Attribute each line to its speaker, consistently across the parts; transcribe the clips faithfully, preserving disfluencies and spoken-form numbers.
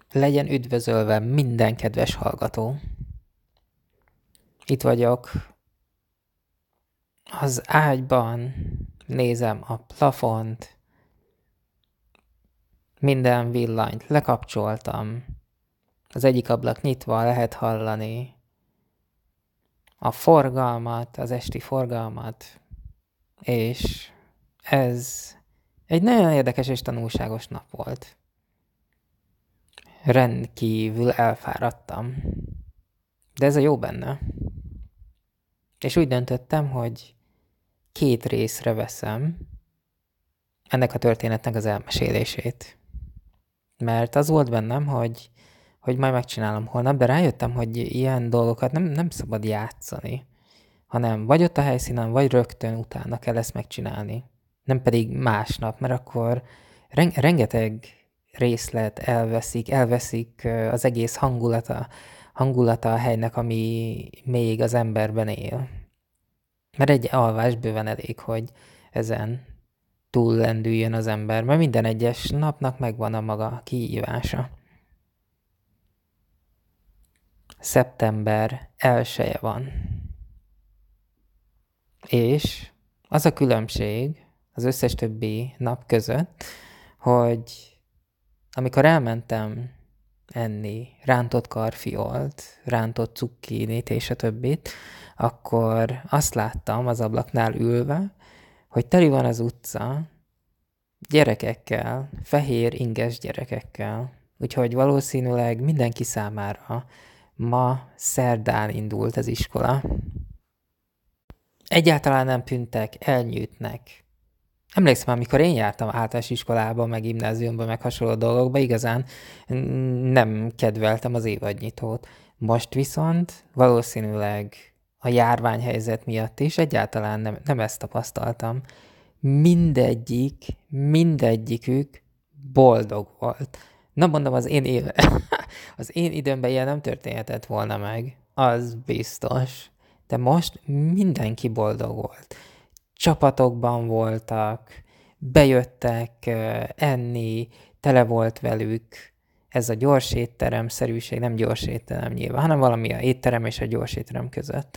Speaker 1: Legyen üdvözölve minden kedves hallgató. Itt vagyok az ágyban, nézem a plafont, minden villanyt lekapcsoltam, az egyik ablak nyitva, lehet hallani a forgalmat, az esti forgalmat, és ez egy nagyon érdekes és tanulságos nap volt. Rendkívül elfáradtam, de ez a jó benne. És úgy döntöttem, hogy két részre veszem ennek a történetnek az elmesélését. Mert az volt bennem, hogy, hogy majd megcsinálom holnap, de rájöttem, hogy ilyen dolgokat nem, nem szabad játszani, hanem vagy ott a helyszínen, vagy rögtön utána kell ezt megcsinálni. Nem pedig másnap, mert akkor rengeteg részlet elveszik, elveszik az egész hangulata, hangulata a helynek, ami még az emberben él. Mert egy alvás bőven elég, hogy ezen túl lendüljön az ember, mert minden egyes napnak megvan a maga kihívása. Szeptember elseje van. És az a különbség az összes többi nap között, hogy amikor elmentem enni rántott karfiolt, rántott cukkinit és a többit, akkor azt láttam az ablaknál ülve, hogy teli van az utca gyerekekkel, fehér inges gyerekekkel. Úgyhogy valószínűleg mindenki számára ma szerdán indult az iskola. Egyáltalán nem tűntek elnyűtnek. Emlékszem, amikor én jártam általános iskolába, meg gimnáziumba, meg hasonló dolgokba, igazán nem kedveltem az évadnyitót. Most viszont valószínűleg a járványhelyzet miatt is egyáltalán nem, nem ezt tapasztaltam. Mindegyik, mindegyikük boldog volt. Na mondom, az én, éve, az én időmben ilyen nem történhetett volna meg. Az biztos. De most mindenki boldog volt. Csapatokban voltak, bejöttek enni, tele volt velük ez a gyors étterem-szerűség, nem gyors étterem nyilván, hanem valami a étterem és a gyors étterem között.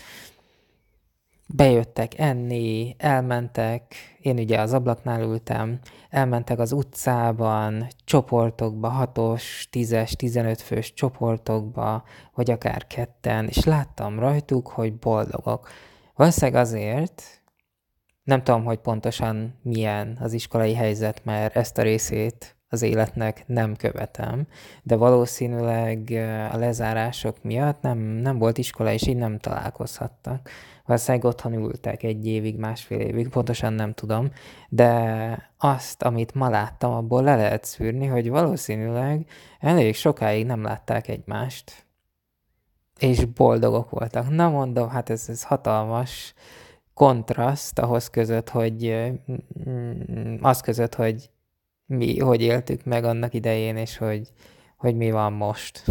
Speaker 1: Bejöttek enni, elmentek, én ugye az ablaknál ültem, elmentek az utcában, csoportokba, hatos, tízes, tizenöt fős csoportokba, vagy akár ketten, és láttam rajtuk, hogy boldogok. Valószínűleg azért, nem tudom, hogy pontosan milyen az iskolai helyzet, mert ezt a részét az életnek nem követem, de valószínűleg a lezárások miatt nem, nem volt iskola, és így nem találkozhattak. Valószínűleg otthon ültek egy évig, másfél évig, pontosan nem tudom, de azt, amit ma láttam, abból le lehet szűrni, hogy valószínűleg elég sokáig nem látták egymást, és boldogok voltak. Na mondom, hát ez, ez hatalmas kontraszt ahhoz között, hogy az között, hogy mi, hogy éltük meg annak idején, és hogy, hogy mi van most.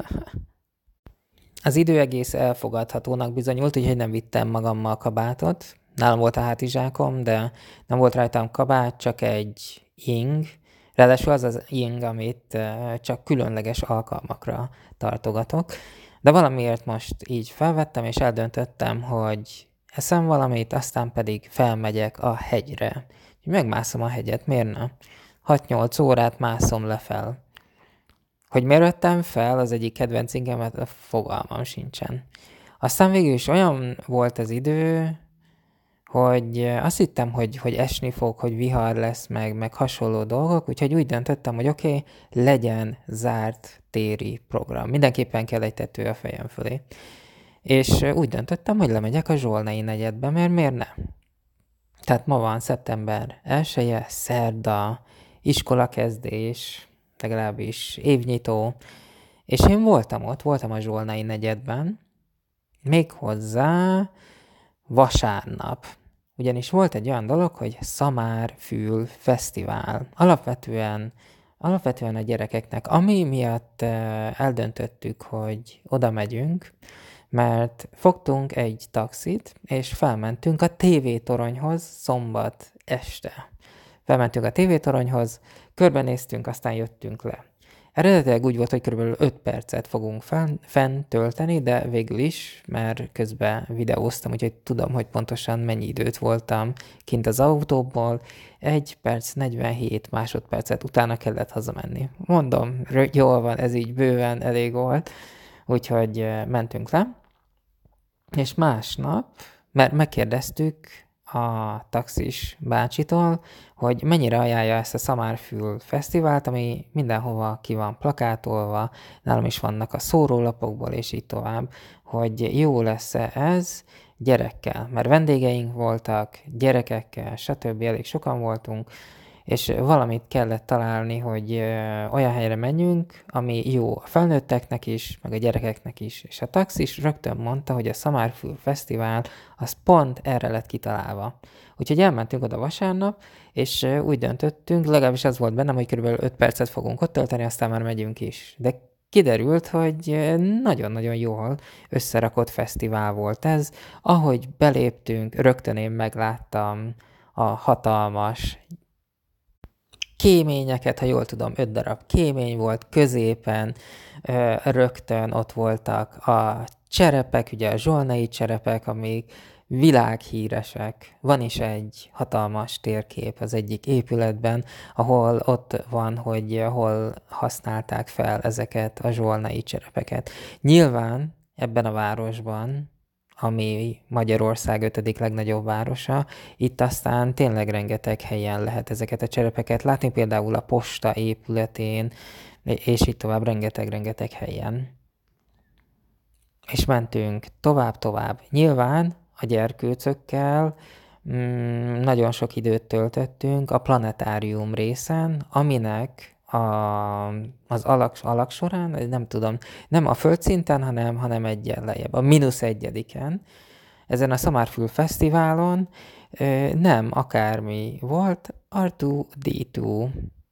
Speaker 1: Az idő egész elfogadhatónak bizonyult, úgyhogy nem vittem magammal kabátot. Nálam volt a hátizsákom, de nem volt rajtam kabát, csak egy ing. Ráadásul az az ing, amit csak különleges alkalmakra tartogatok. De valamiért most így felvettem, és eldöntöttem, hogy eszem valamit, aztán pedig felmegyek a hegyre. Megmászom a hegyet, miért nem? hat-nyolc órát mászom le fel. Hogy miért vettem fel, az egyik kedvenc ingemet, a fogalmam sincsen. Aztán végül is olyan volt az idő, hogy azt hittem, hogy, hogy esni fog, hogy vihar lesz, meg, meg hasonló dolgok, úgyhogy úgy döntöttem, hogy oké, okay, legyen zárt téri program. Mindenképpen kell egy tető a fejem fölé. És úgy döntöttem, hogy lemegyek a Zsolnai negyedbe, mert miért nem? Tehát ma van szeptember elseje, szerda, iskolakezdés, legalábbis évnyitó, és én voltam ott, voltam a Zsolnai negyedben, méghozzá vasárnap. Ugyanis volt egy olyan dolog, hogy Szamár-Fül Fesztivál. Alapvetően, alapvetően a gyerekeknek, ami miatt eldöntöttük, hogy oda megyünk, mert fogtunk egy taxit, és felmentünk a tévétoronyhoz szombat este. Felmentünk a tévétoronyhoz, körbenéztünk, aztán jöttünk le. Eredetileg úgy volt, hogy körülbelül öt percet fogunk fenn, fenn tölteni, de végül is, mert közben videóztam, úgyhogy tudom, hogy pontosan mennyi időt voltam kint az autóból. egy perc, negyvenhét másodpercet utána kellett hazamenni. Mondom, jól van, ez így bőven elég volt, úgyhogy mentünk le. És másnap, mert megkérdeztük a taxis bácsitól, hogy mennyire ajánlja ezt a Szamárfül fesztivált, ami mindenhova ki van plakátolva, nálam is vannak a szórólapokból, és így tovább, hogy jó lesz-e ez gyerekkel, mert vendégeink voltak, gyerekekkel, stb. Elég sokan voltunk, és valamit kellett találni, hogy olyan helyre menjünk, ami jó a felnőtteknek is, meg a gyerekeknek is. És a taxis rögtön mondta, hogy a Szamárfül Fesztivál az pont erre lett kitalálva. Úgyhogy elmentünk oda vasárnap, és úgy döntöttünk, legalábbis az volt bennem, hogy körülbelül öt percet fogunk ott tölteni, aztán már megyünk is. De kiderült, hogy nagyon-nagyon jól összerakott fesztivál volt ez. Ahogy beléptünk, rögtön én megláttam a hatalmas kéményeket, ha jól tudom, öt darab kémény volt, középen rögtön ott voltak a cserepek, ugye a zsolnai cserepek, amik világhíresek. Van is egy hatalmas térkép az egyik épületben, ahol ott van, hogy hol használták fel ezeket a zsolnai cserepeket. Nyilván ebben a városban, ami Magyarország ötödik legnagyobb városa, itt aztán tényleg rengeteg helyen lehet ezeket a cserepeket látni, például a posta épületén, és így tovább rengeteg-rengeteg helyen. És mentünk tovább-tovább. Nyilván a gyerkőcökkel mm, nagyon sok időt töltöttünk a planetárium részen, aminek a, az alak, alak során, nem tudom, nem a földszinten, hanem, hanem egyen lejjebb, a mínusz egyediken, ezen a Szamárfül Fesztiválon nem akármi volt, er kettő dé kettő.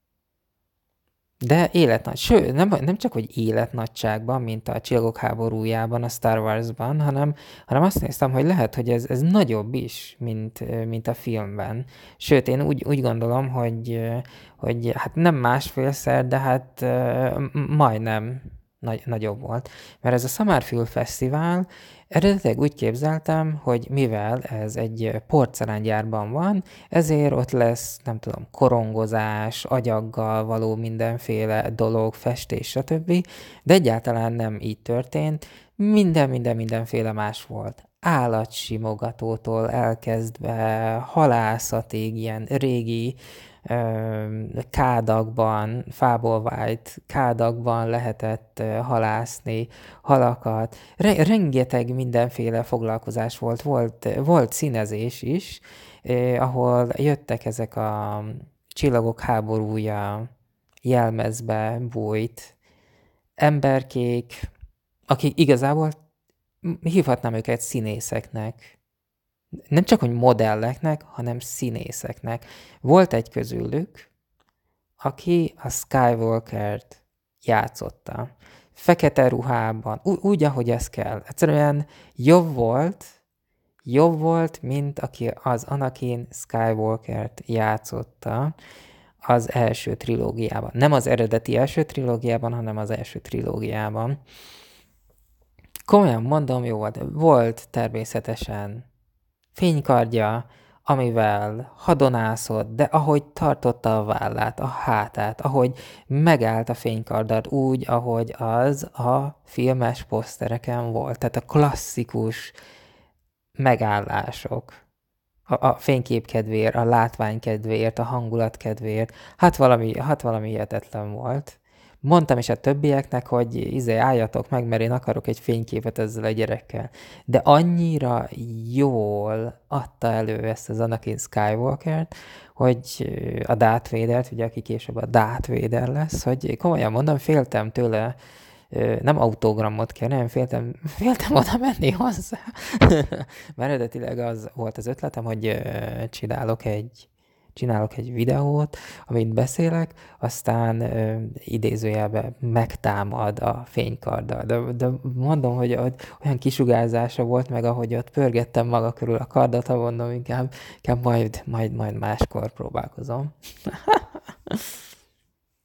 Speaker 1: De életnagy, sőt, nem, nem csak, hogy életnagyságban, mint a Csillagok háborújában, a Star Warsban, hanem, hanem azt néztem, hogy lehet, hogy ez, ez nagyobb is, mint, mint a filmben. Sőt, én úgy, úgy gondolom, hogy, hogy hát nem másfélszer, de hát majdnem nagy, nagyobb volt. Mert ez a Szamárfül Fesztivál, eredetileg úgy képzeltem, hogy mivel ez egy porcelángyárban van, ezért ott lesz, nem tudom, korongozás, agyaggal való mindenféle dolog, festés, stb. De egyáltalán nem így történt. Minden, minden, mindenféle más volt. Állatsimogatótól elkezdve halászatig, ilyen régi kádakban, fából vájt kádakban lehetett halászni halakat. Re- rengeteg mindenféle foglalkozás volt. Volt, volt színezés is, eh, ahol jöttek ezek a Csillagok háborúja jelmezbe bújt emberkék, akik igazából hívhatnám őket színészeknek. Nem csak, hogy modelleknek, hanem színészeknek. Volt egy közülük, aki a Skywalkert játszotta. Fekete ruhában, ú- úgy, ahogy ez kell. Egyszerűen jobb volt, jobb volt, mint aki az Anakin Skywalkert játszotta az első trilógiában. Nem az eredeti első trilógiában, hanem az első trilógiában. Komolyan mondom, jó volt. Volt természetesen fénykardja, amivel hadonászott, de ahogy tartotta a vállát, a hátát, ahogy megállt a fénykarddal úgy, ahogy az a filmes posztereken volt. Tehát a klasszikus megállások. A, a fénykép kedvéért, a látvány kedvéért, a hangulat kedvéért. Hát valami, hát valami hihetetlen volt. Mondtam is a többieknek, hogy izé, álljatok meg, mert én akarok egy fényképet ezzel a gyerekkel. De annyira jól adta elő ezt az Anakin Skywalkert, hogy a Darth Vadert, ugye aki később a Darth Vader lesz, hogy komolyan mondom, féltem tőle, nem autogramot kérni, hanem féltem, féltem oda menni hozzá. Mert eredetileg az volt az ötletem, hogy csinálok egy csinálok egy videót, amit beszélek, aztán ö, idézőjelben megtámad a fénykarddal. De, de mondom, hogy olyan kisugárzása volt, meg ahogy ott pörgettem maga körül a kardat, ha mondom, inkább, inkább majd, majd, majd máskor próbálkozom.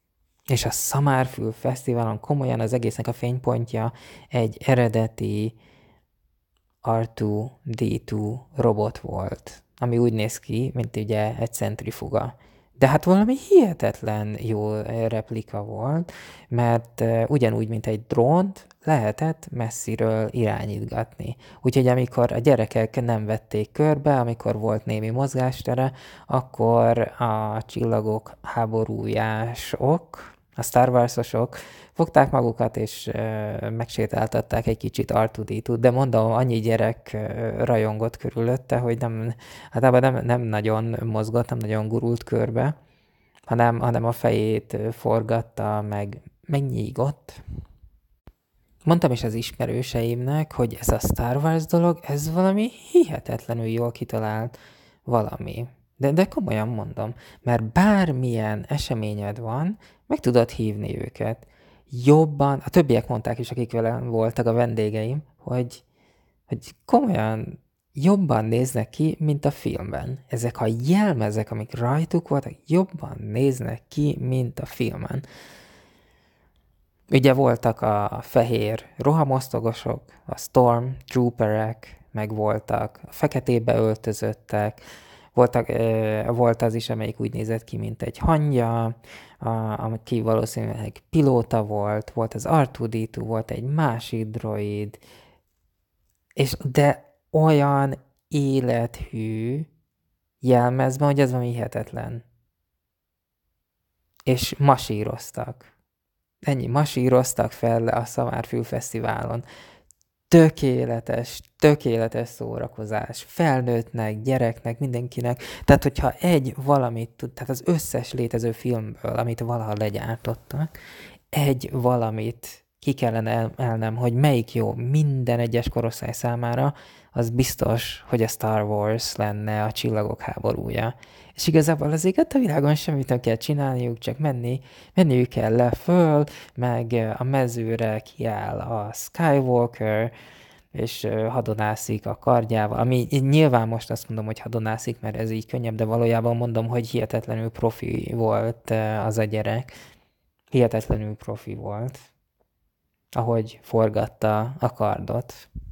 Speaker 1: És a Szamárfülд Fesztiválon komolyan az egésznek a fénypontja egy eredeti er kettő dé kettő robot volt, ami úgy néz ki, mint ugye egy centrifuga. De hát valami hihetetlen jó replika volt, mert ugyanúgy, mint egy drónt, lehetett messziről irányítgatni. Úgyhogy amikor a gyerekek nem vették körbe, amikor volt némi mozgástere, akkor a csillagok háborújások, a Star Wars-osok fogták magukat, és uh, megsétáltatták egy kicsit er kettő dé kettőt, de mondom, annyi gyerek uh, rajongott körülötte, hogy nem, hát nem, nem nagyon mozgott, nem nagyon gurult körbe, hanem, hanem a fejét forgatta, meg megnyígott. Mondtam is az ismerőseimnek, hogy ez a Star Wars dolog, ez valami hihetetlenül jól kitalált valami. De, de komolyan mondom, mert bármilyen eseményed van, meg tudod hívni őket. Jobban, a többiek mondták is, akik velem voltak a vendégeim, hogy, hogy komolyan jobban néznek ki, mint a filmben. Ezek a jelmezek, amik rajtuk voltak, jobban néznek ki, mint a filmen. Ugye voltak a fehér rohamosztogosok, a Stormtrooperek, meg voltak a feketébe öltözöttek, voltak, volt az is, amelyik úgy nézett ki, mint egy hangya, aki valószínűleg pilóta volt, volt az er kettő dé kettő, volt egy másik droid, és de olyan élethű jelmezben, hogy ez valami hihetetlen. És masíroztak. Ennyi, masíroztak fel a Szamárfüld Fesztiválon. Tökéletes, tökéletes szórakozás. Felnőttnek, gyereknek, mindenkinek. Tehát, hogyha egy valamit tud, tehát az összes létező filmből, amit valaha legyártottak, egy valamit ki kellene elnem, hogy melyik jó minden egyes korosztály számára, az biztos, hogy a Star Wars lenne a Csillagok háborúja. És igazából azért a világon semmit nem kell csinálniuk, csak menni, menniük kell le föl, meg a mezőre kiáll a Skywalker, és hadonászik a kardjával, ami nyilván most azt mondom, hogy hadonászik, mert ez így könnyebb, de valójában mondom, hogy hihetetlenül profi volt az a gyerek. Hihetetlenül profi volt, ahogy forgatta a kardot.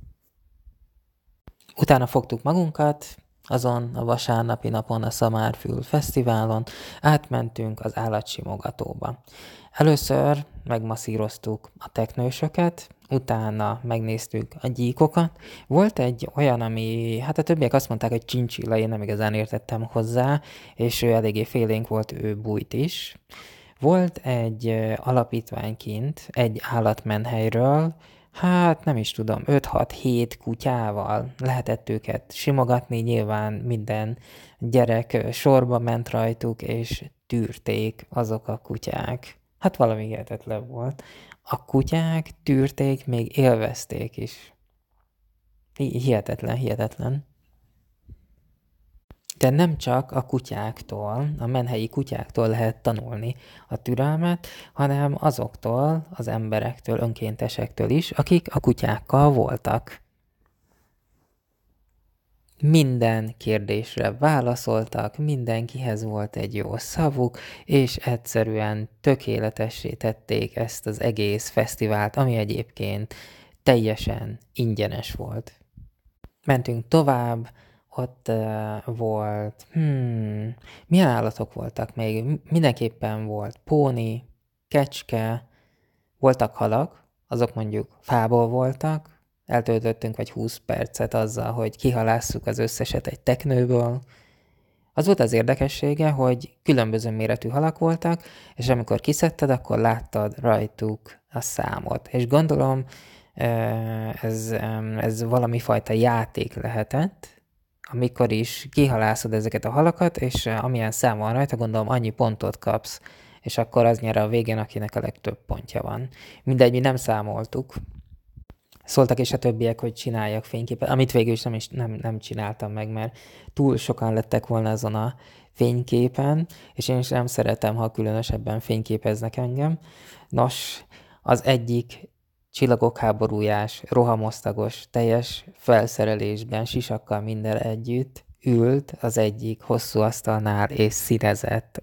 Speaker 1: Utána fogtuk magunkat, azon a vasárnapi napon a Szamárfüld Fesztiválon átmentünk az állatsimogatóba. Először megmasszíroztuk a teknősöket, utána megnéztük a gyíkokat. Volt egy olyan, ami, hát a többiek azt mondták, hogy csincsilla, én nem igazán értettem hozzá, és ő eléggé félénk volt, ő bújt is. Volt egy alapítvány kint, egy állatmenhelyről, hát nem is tudom, öt-hat-hét kutyával lehetett őket simogatni, nyilván minden gyerek sorba ment rajtuk, és tűrték azok a kutyák. Hát valami hihetetlen volt. A kutyák tűrték, még élvezték is. Hihetetlen, hihetetlen. De nem csak a kutyáktól, a menhelyi kutyáktól lehet tanulni a türelmet, hanem azoktól, az emberektől, önkéntesektől is, akik a kutyákkal voltak. Minden kérdésre válaszoltak, mindenkihez volt egy jó szavuk, és egyszerűen tökéletessé tették ezt az egész fesztivált, ami egyébként teljesen ingyenes volt. Mentünk tovább, ott uh, volt, hmm, milyen állatok voltak még? Mindenképpen volt póni, kecske, voltak halak, azok mondjuk fából voltak, eltöltöttünk vagy húsz percet azzal, hogy kihalásszuk az összeset egy teknőből. Az volt az érdekessége, hogy különböző méretű halak voltak, és amikor kiszedted, akkor láttad rajtuk a számot. És gondolom, ez, ez valami fajta játék lehetett, amikor is kihalászod ezeket a halakat, és amilyen szám van rajta, gondolom annyi pontot kapsz, és akkor az nyer a végén, akinek a legtöbb pontja van. Mindegy, mi nem számoltuk. Szóltak is a többiek, hogy csináljak fényképet, amit végül is nem, is nem, nem csináltam meg, mert túl sokan lettek volna azon a fényképen, és én is nem szeretem, ha különösebben fényképeznek engem. Nos, az egyik Csillagok háborújás, rohamosztagos, teljes felszerelésben, sisakkal minden együtt ült az egyik hosszú asztalnál és színezett.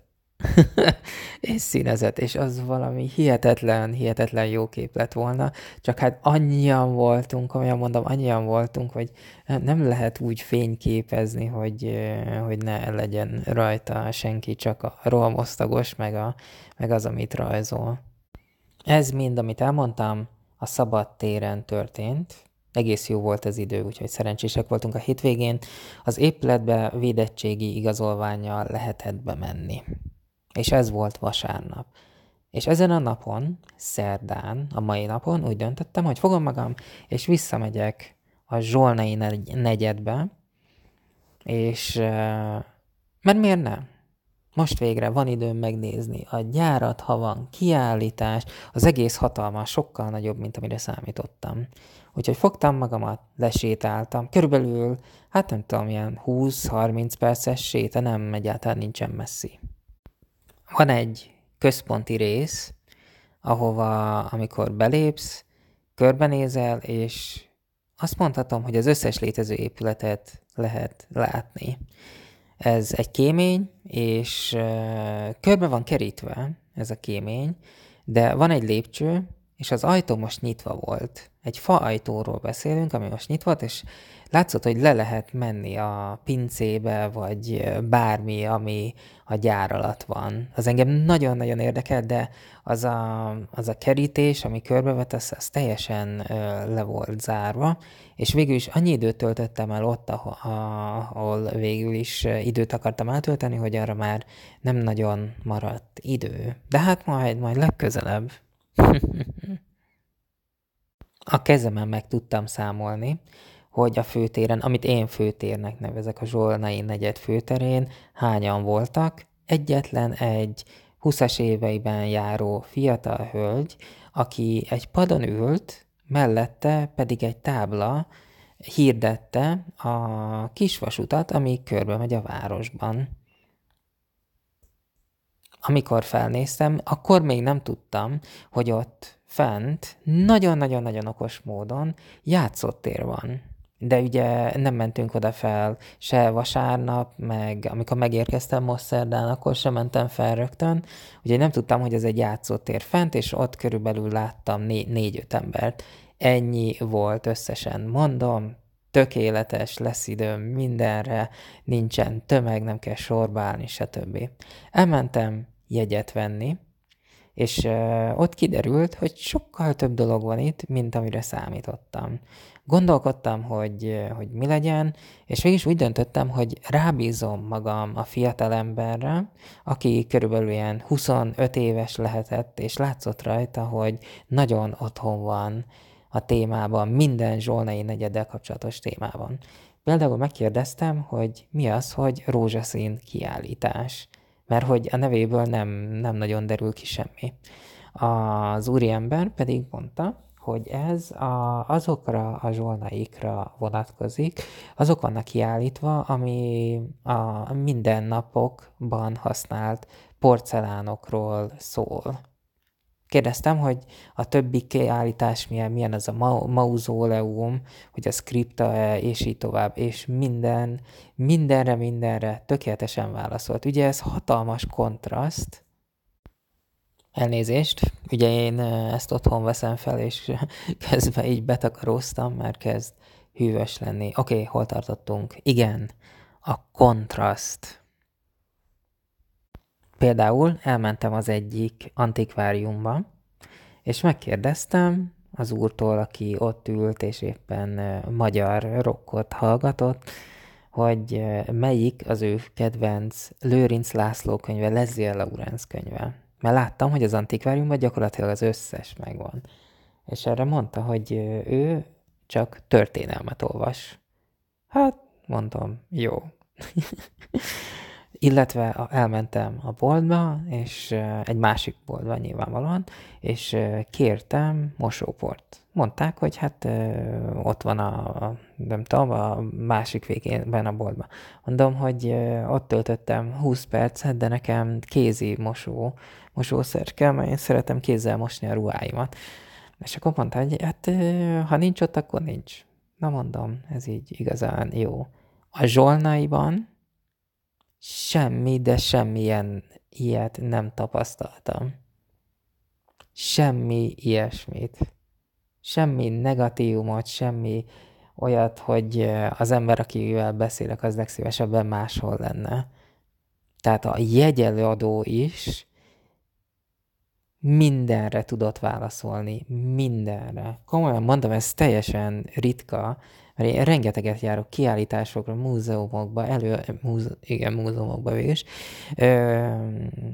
Speaker 1: és színezett, és az valami hihetetlen, hihetetlen jó kép lett volna, csak hát annyian voltunk, komolyan mondom, annyian voltunk, hogy nem lehet úgy fényképezni, hogy, hogy ne legyen rajta senki, csak a rohamosztagos, meg, a, meg az, amit rajzol. Ez mind, amit elmondtam, a szabad téren történt. Egész jó volt az idő, úgyhogy szerencsések voltunk a hétvégén. Az épületbe védettségi igazolvánnyal lehetett bemenni. És ez volt vasárnap. És ezen a napon, szerdán, a mai napon úgy döntöttem, hogy fogom magam, és visszamegyek a Zsolnai negyedbe, és mert miért nem? Most végre van időm megnézni a gyárat, ha van kiállítás, az egész hatalmas, sokkal nagyobb, mint amire számítottam. Úgyhogy fogtam magamat, lesétáltam, körülbelül, hát nem tudom, ilyen húsz-harminc perces séta, nem, egyáltalán nincsen messzi. Van egy központi rész, ahova, amikor belépsz, körbenézel, és azt mondhatom, hogy az összes létező épületet lehet látni. Ez egy kémény, és uh, körbe van kerítve ez a kémény, de van egy lépcső, és az ajtó most nyitva volt. Egy fa ajtóról beszélünk, ami most nyitva volt, és látszott, hogy le lehet menni a pincébe, vagy bármi, ami a gyár alatt van. Az engem nagyon-nagyon érdekel, de az a, az a kerítés, ami körbevet, az, az teljesen uh, le volt zárva, és végül is annyi időt töltöttem el ott, ahol, ahol végül is időt akartam eltölteni, hogy arra már nem nagyon maradt idő. De hát majd, majd legközelebb. A kezemen meg tudtam számolni, hogy a főtéren, amit én főtérnek nevezek, a Zsolnai negyed főterén, hányan voltak. Egyetlen egy huszas éveiben járó fiatal hölgy, aki egy padon ült, mellette pedig egy tábla hirdette a kisvasutat, ami körbe megy a városban. Amikor felnéztem, akkor még nem tudtam, hogy ott fent nagyon-nagyon-nagyon okos módon játszótér van. De ugye nem mentünk oda fel se vasárnap, meg amikor megérkeztem most szerdán, akkor sem mentem fel rögtön. Ugye nem tudtam, hogy ez egy játszótér fent, és ott körülbelül láttam né- négy-öt embert. Ennyi volt összesen, mondom, tökéletes, lesz időm mindenre, nincsen tömeg, nem kell sorba állni, stb. Elmentem jegyet venni, és uh, ott kiderült, hogy sokkal több dolog van itt, mint amire számítottam. Gondolkodtam, hogy, hogy mi legyen, és végig úgy döntöttem, hogy rábízom magam a fiatalemberre, aki körülbelül ilyen huszonöt éves lehetett, és látszott rajta, hogy nagyon otthon van a témában, minden Zsolnai negyeddel kapcsolatos témában. Például megkérdeztem, hogy mi az, hogy rózsaszín kiállítás, mert hogy a nevéből nem, nem nagyon derül ki semmi. Az úriember pedig mondta, hogy ez a, azokra a zsolnaikra vonatkozik, azok vannak kiállítva, ami a mindennapokban használt porcelánokról szól. Kérdeztem, hogy a többi kiállítás milyen, milyen az a ma- mauzóleum, hogy a skripta-e, és így tovább, és minden, mindenre, mindenre tökéletesen válaszolt. Ugye ez hatalmas kontraszt. Elnézést, ugye én ezt otthon veszem fel, és közben így betakaróztam, mert kezd hűvös lenni. Oké, okay, hol tartottunk? Igen, a kontraszt. Például elmentem az egyik antikváriumba, és megkérdeztem az úrtól, aki ott ült, és éppen magyar rockot hallgatott, hogy melyik az ő kedvenc Lőrinc László könyve, Leslie Laurence könyve. Mert láttam, hogy az antikváriumban gyakorlatilag az összes megvan. És erre mondta, hogy ő csak történelmet olvas. Hát, mondom, jó. Illetve elmentem a boltba, és egy másik boltba nyilvánvalóan, és kértem mosóport. Mondták, hogy hát ott van a, nem tudom, a másik végében a boltban. Mondom, hogy ott töltöttem húsz percet, de nekem kézi mosó, mosószer kell, mert én szeretem kézzel mosni a ruháimat. És akkor mondta, hogy hát ha nincs ott, akkor nincs. Na mondom, ez így igazán jó. A Zsolnaiban semmi, de semmilyen ilyet nem tapasztaltam. Semmi ilyesmit. Semmi negatívumot, semmi olyat, hogy az ember, akivel beszélek, az legszívesebben máshol lenne. Tehát a jegyelőadó is mindenre tudott válaszolni. Mindenre. Komolyan mondom, ez teljesen ritka, mert én rengeteget járok kiállításokra, múzeumokba, elő, múze, igen, múzeumokba végül is, ö,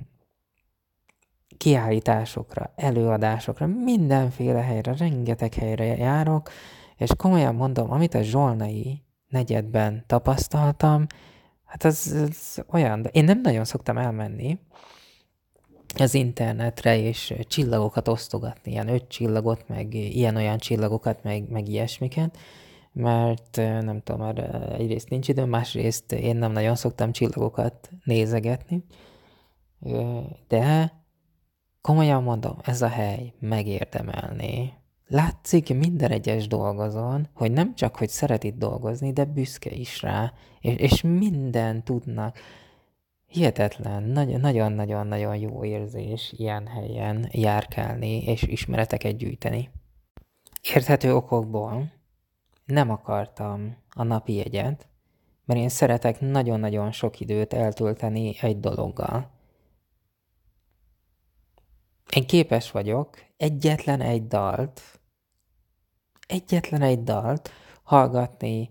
Speaker 1: kiállításokra, előadásokra, mindenféle helyre, rengeteg helyre járok, és komolyan mondom, amit a zsolnai negyedben tapasztaltam, hát az, az olyan, de én nem nagyon szoktam elmenni az internetre, és csillagokat osztogatni, ilyen öt csillagot, meg ilyen-olyan csillagokat, meg, meg ilyesmiket, mert nem tudom, már egyrészt nincs időm, másrészt én nem nagyon szoktam csillagokat nézegetni, de komolyan mondom, ez a hely megérdemelné. Látszik minden egyes dolgozón, hogy nem csak, hogy szeret itt dolgozni, de büszke is rá, és, és minden tudnak. Hihetetlen, nagyon-nagyon-nagyon jó érzés ilyen helyen járkálni és ismereteket gyűjteni. Érthető okokból nem akartam a napi jegyet, mert én szeretek nagyon-nagyon sok időt eltölteni egy dologgal. Én képes vagyok egyetlen egy dalt, egyetlen egy dalt hallgatni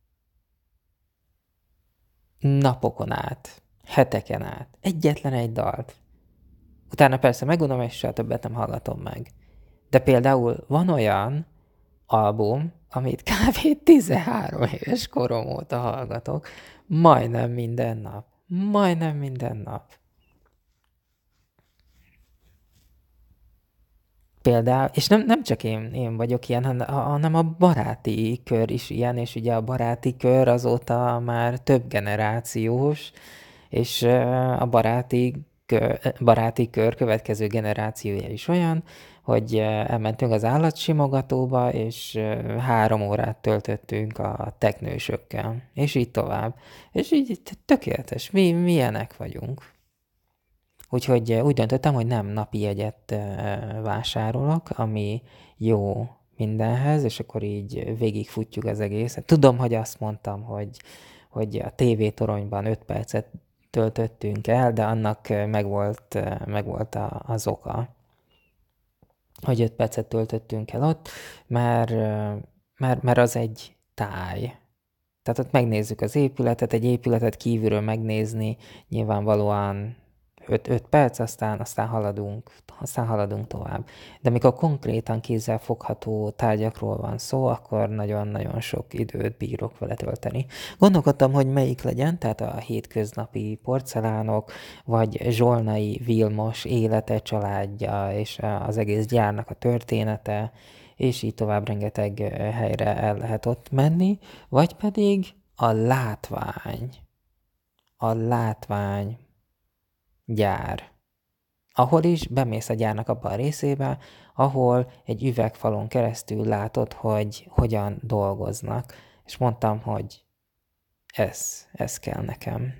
Speaker 1: napokon át, heteken át. Egyetlen egy dalt. Utána persze megunom, és soha többet nem hallgatom meg. De például van olyan album, amit kb. tizenhárom éves korom óta hallgatok, majdnem minden nap. Majdnem minden nap. Például, és nem, nem csak én, én vagyok ilyen, hanem a baráti kör is ilyen, és ugye a baráti kör azóta már több generációs, és a baráti kör, baráti kör következő generációja is olyan, hogy elmentünk az állatsimogatóba, és három órát töltöttünk a teknősökkel, és így tovább. És így tökéletes, mi milyenek vagyunk. Úgyhogy úgy döntöttem, hogy nem napi jegyet vásárolok, ami jó mindenhez, és akkor így végigfutjuk az egészet. Tudom, hogy azt mondtam, hogy, hogy a tévétoronyban öt percet töltöttünk el, de annak megvolt, megvolt az oka, hogy öt percet töltöttünk el ott, mert, mert, mert az egy táj. Tehát ott megnézzük az épületet, egy épületet kívülről megnézni, nyilvánvalóan öt perc, aztán, aztán, haladunk, aztán haladunk tovább. De mikor konkrétan kézzelfogható tárgyakról van szó, akkor nagyon-nagyon sok időt bírok vele tölteni. Gondolkodtam, hogy melyik legyen, tehát a hétköznapi porcelánok, vagy Zsolnai Vilmos élete, családja, és az egész gyárnak a története, és így tovább rengeteg helyre el lehet ott menni, vagy pedig a látvány. A látvány gyár. Ahol is bemész a gyárnak abban a részébe, ahol egy üvegfalon keresztül látod, hogy hogyan dolgoznak. És mondtam, hogy ez, ez kell nekem.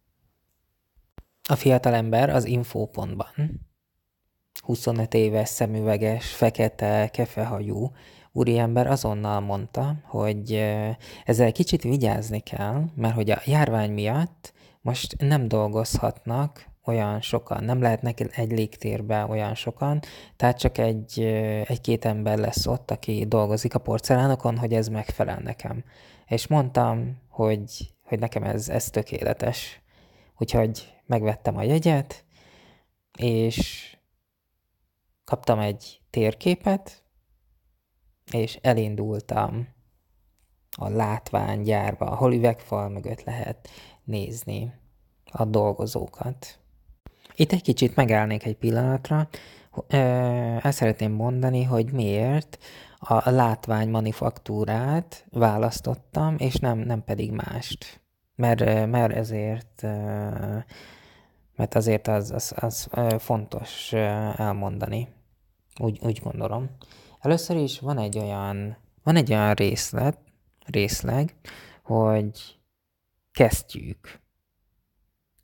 Speaker 1: A fiatalember az infópontban. huszonöt éves, szemüveges, fekete, kefehajú úriember azonnal mondta, hogy ezzel kicsit vigyázni kell, mert hogy a járvány miatt most nem dolgozhatnak olyan sokan, nem lehetnek egy légtérben olyan sokan, tehát csak egy, egy-két ember lesz ott, aki dolgozik a porcelánokon, hogy ez megfelel nekem. És mondtam, hogy, hogy nekem ez, ez tökéletes. Úgyhogy megvettem a jegyet, és kaptam egy térképet, és elindultam a látványgyárba, ahol üvegfal mögött lehet nézni a dolgozókat. Itt egy kicsit megállnék egy pillanatra. El szeretném mondani, hogy miért a látvány manufaktúrát választottam, és nem, nem pedig mást. Mert, mert ezért, mert azért az, az, az fontos elmondani. Úgy, úgy gondolom. Először is van egy olyan, van egy olyan részlet, részleg, hogy kesztyűk.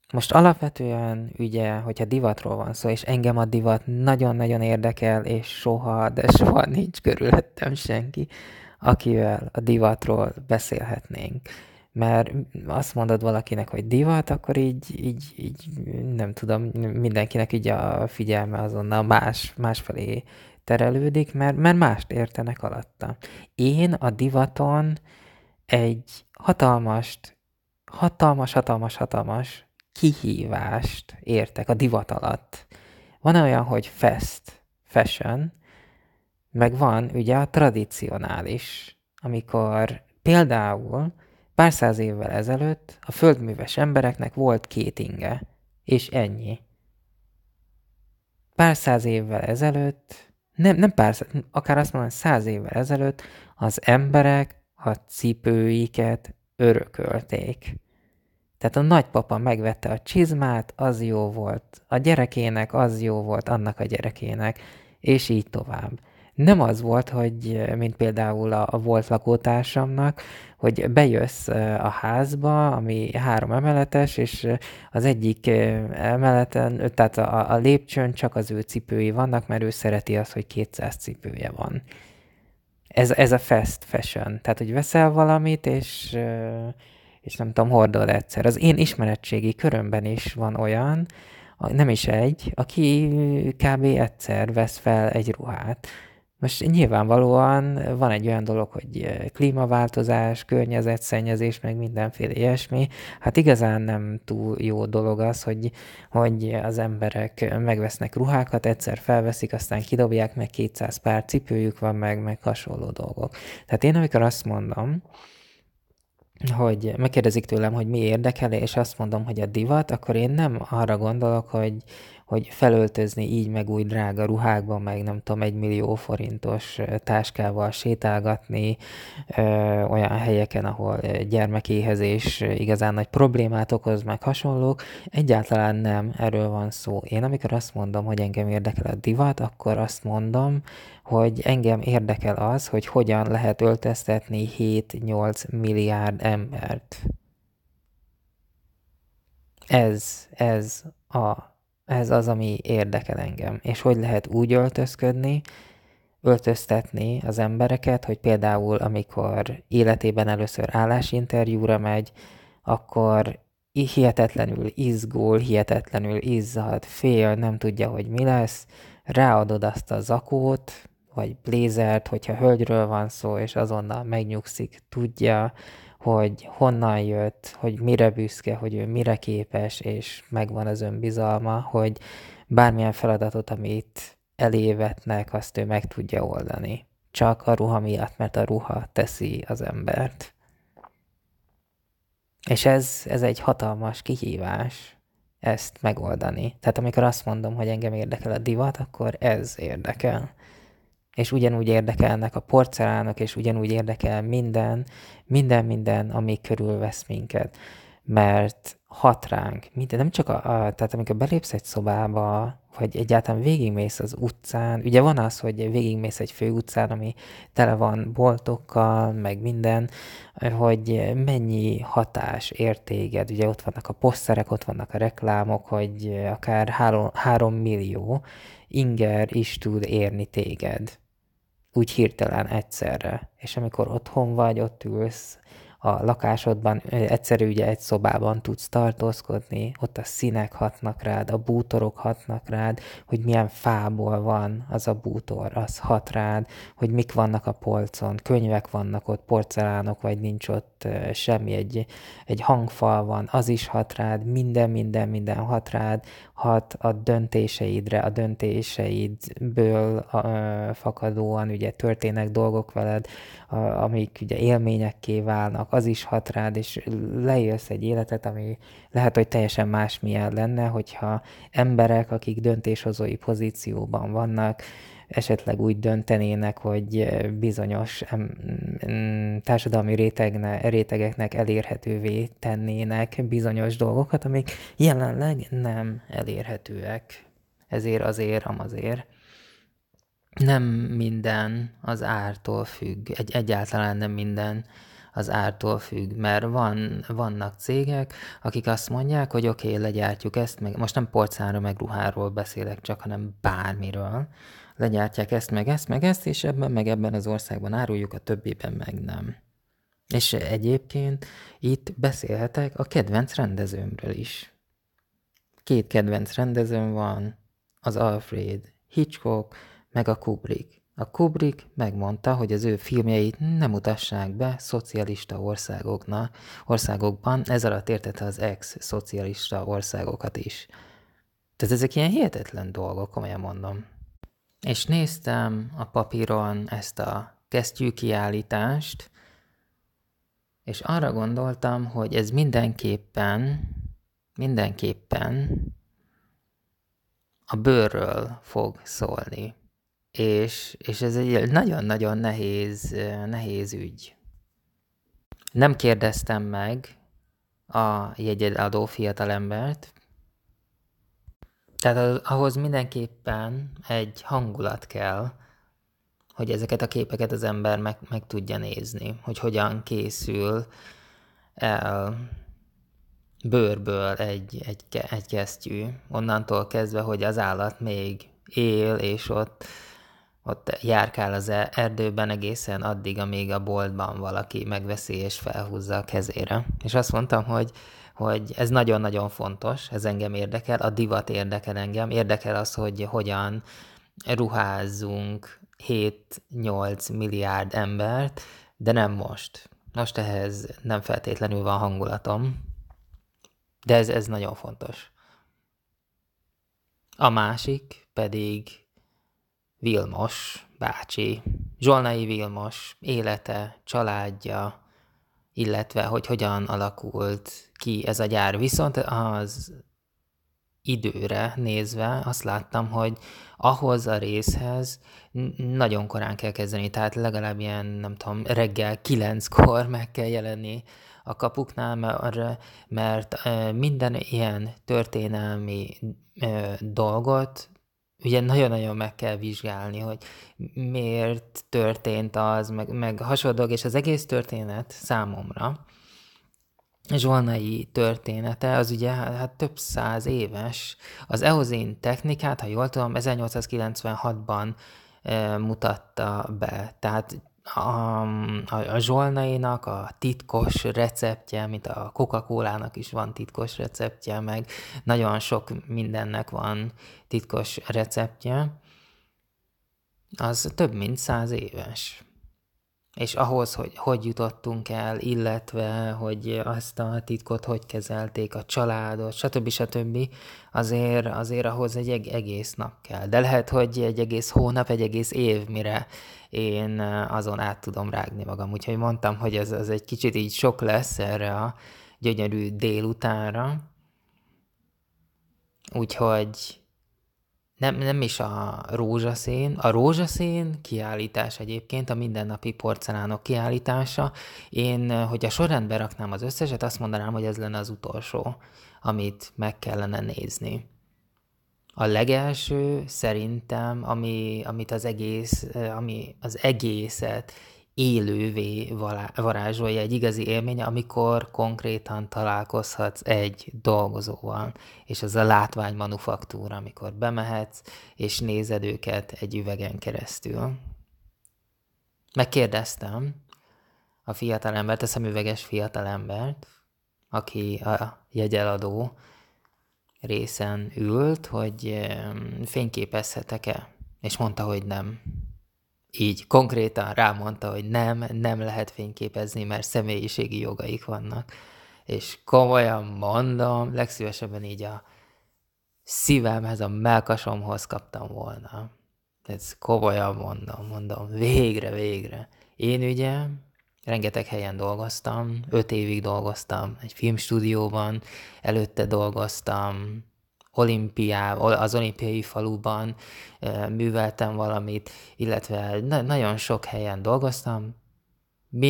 Speaker 1: Most alapvetően, ugye, hogyha divatról van szó, és engem a divat nagyon-nagyon érdekel, és soha, de soha nincs körülöttem senki, akivel a divatról beszélhetnénk. Mert azt mondod valakinek, hogy divat, akkor így, így, így nem tudom, mindenkinek így a figyelme azonnal más, másfelé terelődik, mert, mert mást értenek alatta. Én a divaton egy hatalmas, hatalmas, hatalmas, hatalmas kihívást értek a divat alatt. Van olyan, hogy fast, fashion, meg van ugye a tradicionális, amikor például pár száz évvel ezelőtt a földműves embereknek volt két inge, és ennyi. Pár száz évvel ezelőtt, nem, nem pár száz, akár azt mondom, száz évvel ezelőtt az emberek a cipőiket örökölték. Tehát a nagypapa megvette a csizmát, az jó volt, a gyerekének az jó volt, annak a gyerekének, és így tovább. Nem az volt, hogy mint például a, a volt lakótársamnak, hogy bejössz a házba, ami három emeletes, és az egyik emeleten, tehát a, a lépcsőn csak az ő cipői vannak, mert ő szereti azt, hogy kétszáz cipője van. Ez, ez a fast fashion. Tehát, hogy veszel valamit, és és nem tudom, hordod egyszer. Az én ismeretségi körömben is van olyan, nem is egy, aki kb. Egyszer vesz fel egy ruhát. Most nyilvánvalóan van egy olyan dolog, hogy klímaváltozás, környezetszennyezés, meg mindenféle ilyesmi. Hát igazán nem túl jó dolog az, hogy, hogy az emberek megvesznek ruhákat, egyszer felveszik, aztán kidobják, meg kétszáz pár cipőjük van, meg, meg hasonló dolgok. Tehát én amikor azt mondom, hogy megkérdezik tőlem, hogy mi érdekel, és azt mondom, hogy a divat, akkor én nem arra gondolok, hogy, hogy felöltözni így meg úgy drága ruhákban, meg nem tudom, egy millió forintos táskával sétálgatni ö, olyan helyeken, ahol gyermekéhezés igazán nagy problémát okoz, meg hasonlók. Egyáltalán nem erről van szó. Én amikor azt mondom, hogy engem érdekel a divat, akkor azt mondom, hogy engem érdekel az, hogy hogyan lehet öltöztetni hét-nyolc milliárd embert. Ez, ez, a, ez az, ami érdekel engem. És hogy lehet úgy öltözködni, öltöztetni az embereket, hogy például amikor életében először állásinterjúra megy, akkor hihetetlenül izgul, hihetetlenül izzad, fél, nem tudja, hogy mi lesz, ráadod azt a zakót, vagy blézert, hogyha hölgyről van szó, és azonnal megnyugszik, tudja, hogy honnan jött, hogy mire büszke, hogy ő mire képes, és megvan az önbizalma, hogy bármilyen feladatot, amit elévetnek, azt ő meg tudja oldani. Csak a ruha miatt, mert a ruha teszi az embert. És ez, ez egy hatalmas kihívás, ezt megoldani. Tehát amikor azt mondom, hogy engem érdekel a divat, akkor ez érdekel. És ugyanúgy érdekelnek a porcelánok, és ugyanúgy érdekel minden, minden, minden, ami körülvesz minket. Mert hat ránk, minden, nem csak a, a tehát amikor belépsz egy szobába, vagy egyáltalán végigmész az utcán, ugye van az, hogy végigmész egy főutcán, ami tele van boltokkal, meg minden, hogy mennyi hatás ér téged, ugye ott vannak a poszterek, ott vannak a reklámok, hogy akár három, három millió inger is tud érni téged. Úgy hirtelen egyszerre. És amikor otthon vagy, ott ülsz a lakásodban, egyszerű ugye egy szobában tudsz tartózkodni, ott a színek hatnak rád, a bútorok hatnak rád, hogy milyen fából van az a bútor, az hat rád, hogy mik vannak a polcon, könyvek vannak ott, porcelánok, vagy nincs ott semmi, egy, egy hangfal van, az is hat rád, minden, minden, minden hat rád, hat a döntéseidre, a döntéseidből uh, fakadóan ugye történnek dolgok veled, uh, amik ugye élményekké válnak, az is hat rád, és leélsz egy életet, ami lehet, hogy teljesen másmilyen lenne, hogyha emberek, akik döntéshozói pozícióban vannak, esetleg úgy döntenének, hogy bizonyos társadalmi rétegne, rétegeknek elérhetővé tennének bizonyos dolgokat, amik jelenleg nem elérhetőek. Ezért azért, amazért. Nem minden az ártól függ, egy, egyáltalán nem minden az ártól függ, mert van, vannak cégek, akik azt mondják, hogy oké, okay, legyártjuk ezt, meg most nem porcelánról, meg ruháról beszélek csak, hanem bármiről. Legyártják ezt, meg ezt, meg ezt, és ebben, meg ebben az országban áruljuk, a többiben meg nem. És egyébként itt beszélhetek a kedvenc rendezőmről is. Két kedvenc rendezőm van, az Alfred Hitchcock, meg a Kubrick. A Kubrick megmondta, hogy az ő filmjeit nem mutassák be szocialista országoknak, országokban, ez alatt értette az ex-szocialista országokat is. Tehát ezek ilyen hihetetlen dolgok, komolyan mondom. És néztem a papíron ezt a kesztyűkiállítást, és arra gondoltam, hogy ez mindenképpen, mindenképpen a bőrről fog szólni. És, és ez egy nagyon-nagyon nehéz, nehéz ügy. Nem kérdeztem meg a jegyadó fiatalembert, tehát ahhoz mindenképpen egy hangulat kell, hogy ezeket a képeket az ember meg, meg tudja nézni, hogy hogyan készül el bőrből egy, egy, egy kesztyű, onnantól kezdve, hogy az állat még él, és ott, ott járkál az erdőben egészen addig, amíg a boltban valaki megveszi és felhúzza a kezére. És azt mondtam, hogy, hogy ez nagyon-nagyon fontos, ez engem érdekel, a divat érdekel engem, érdekel az, hogy hogyan ruházzunk hét-nyolc milliárd embert, de nem most. Most ehhez nem feltétlenül van hangulatom, de ez, ez nagyon fontos. A másik pedig Vilmos bácsi, Zsolnai Vilmos élete, családja, illetve hogy hogyan alakult ki ez a gyár. Viszont az időre nézve azt láttam, hogy ahhoz a részhez nagyon korán kell kezdeni, tehát legalább ilyen, nem tudom, reggel kilenckor meg kell jelenni a kapuknál, mert, mert minden ilyen történelmi dolgot ugye nagyon-nagyon meg kell vizsgálni, hogy miért történt az, meg, meg hasonlók, és az egész történet számomra, Zsolnai története, az ugye hát több száz éves. Az eozin technikát, ha jól tudom, ezernyolcszázkilencvenhatban e, mutatta be. Tehát a, a, a Zsolnainak a titkos receptje, mint a Coca-Colának is van titkos receptje, meg nagyon sok mindennek van titkos receptje, az több mint száz éves. És ahhoz, hogy hogy jutottunk el, illetve, hogy azt a titkot hogy kezelték, a családot, stb. stb. Azért, azért ahhoz egy egész nap kell. De lehet, hogy egy egész hónap, egy egész év, mire én azon át tudom rágni magam. Úgyhogy mondtam, hogy ez az egy kicsit így sok lesz erre a gyönyörű délutánra. Úgyhogy Nem, nem is a rózsaszín. A rózsaszín kiállítás egyébként, a mindennapi porcelánok kiállítása. Én, hogy a sorrendbe raknám az összeset, azt mondanám, hogy ez lenne az utolsó, amit meg kellene nézni. A legelső szerintem, ami, amit az egész, ami az egészet élővé varázsolja, egy igazi élmény, amikor konkrétan találkozhatsz egy dolgozóval, és az a látványmanufaktúra, amikor bemehetsz, és nézed őket egy üvegen keresztül. Megkérdeztem a fiatalembert, a szemüveges fiatalembert, aki a jegyeladó részen ült, hogy fényképezhetek-e, és mondta, hogy nem. Így konkrétan rámondta, hogy nem, nem lehet fényképezni, mert személyiségi jogaik vannak. És komolyan mondom, legszívesebben így a szívemhez, a mellkasomhoz kaptam volna. Ez komolyan mondom, mondom, végre, végre. Én ugye rengeteg helyen dolgoztam, öt évig dolgoztam egy filmstúdióban, előtte dolgoztam olimpiá, az olimpiai faluban műveltem valamit, illetve na- nagyon sok helyen dolgoztam,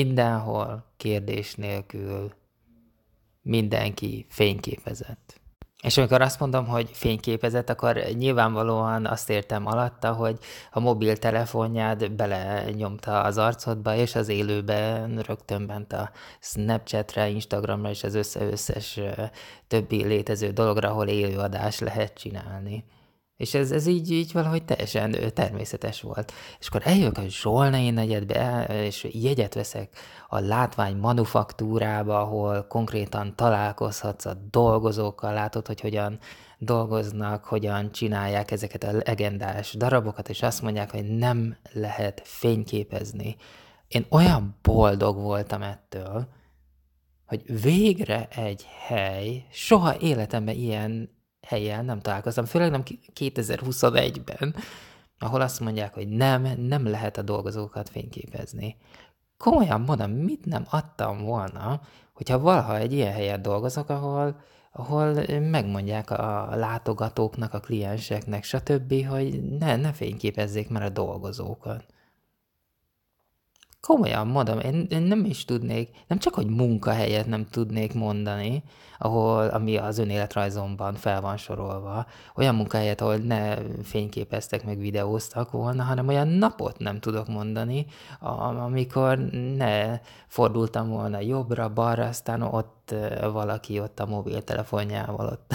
Speaker 1: mindenhol kérdés nélkül mindenki fényképezett. És amikor azt mondom, hogy fényképezett, akkor nyilvánvalóan azt értem alatta, hogy a mobiltelefonját belenyomta az arcodba, és az élőben rögtön ment a Snapchatre, Instagramra és az össze-összes többi létező dologra, ahol élőadást lehet csinálni. És ez, ez így, így valahogy teljesen természetes volt. És akkor eljövök a Zsolnai negyedbe, és jegyet veszek a látvány manufaktúrába, ahol konkrétan találkozhatsz a dolgozókkal, látod, hogy hogyan dolgoznak, hogyan csinálják ezeket a legendás darabokat, és azt mondják, hogy nem lehet fényképezni. Én olyan boldog voltam ettől, hogy végre egy hely, soha életemben ilyen helyen nem találkoztam, főleg nem kétezer-huszonegyben, ahol azt mondják, hogy nem, nem lehet a dolgozókat fényképezni. Komolyan mondom, mit nem adtam volna, hogyha valaha egy ilyen helyen dolgozok, ahol, ahol megmondják a látogatóknak, a klienseknek, stb., hogy ne, ne fényképezzék már a dolgozókat. Komolyan mondom, én, én nem is tudnék, nem csak, hogy munkahelyet nem tudnék mondani, ahol, ami az önéletrajzomban fel van sorolva, olyan munkahelyet, ahol ne fényképeztek, meg videóztak volna, hanem olyan napot nem tudok mondani, amikor ne fordultam volna jobbra, balra, aztán ott valaki ott a mobiltelefonjával ott.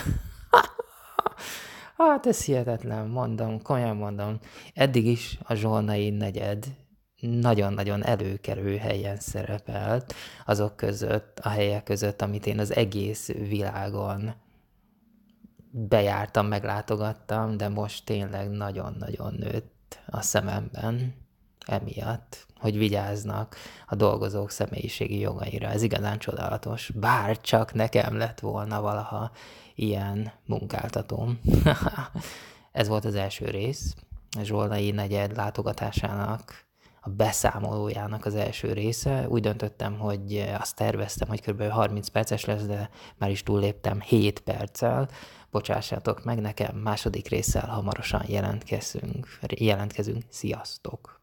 Speaker 1: Hát ez hihetetlen, mondom, komolyan mondom. Eddig is a Zsolnai negyed nagyon-nagyon előkerül helyen szerepelt azok között, a helyek között, amit én az egész világon bejártam, meglátogattam, de most tényleg nagyon-nagyon nőtt a szememben emiatt, hogy vigyáznak a dolgozók személyiségi jogaira. Ez igazán csodálatos. Bár csak nekem lett volna valaha ilyen munkáltatóm. Ez volt az első rész, a Zsolnai negyed látogatásának, a beszámolójának az első része. Úgy döntöttem, hogy azt terveztem, hogy kb. harminc perces lesz, de már is túlléptem hét perccel. Bocsássátok meg nekem, második résszel hamarosan jelentkezünk. jelentkezünk. Sziasztok!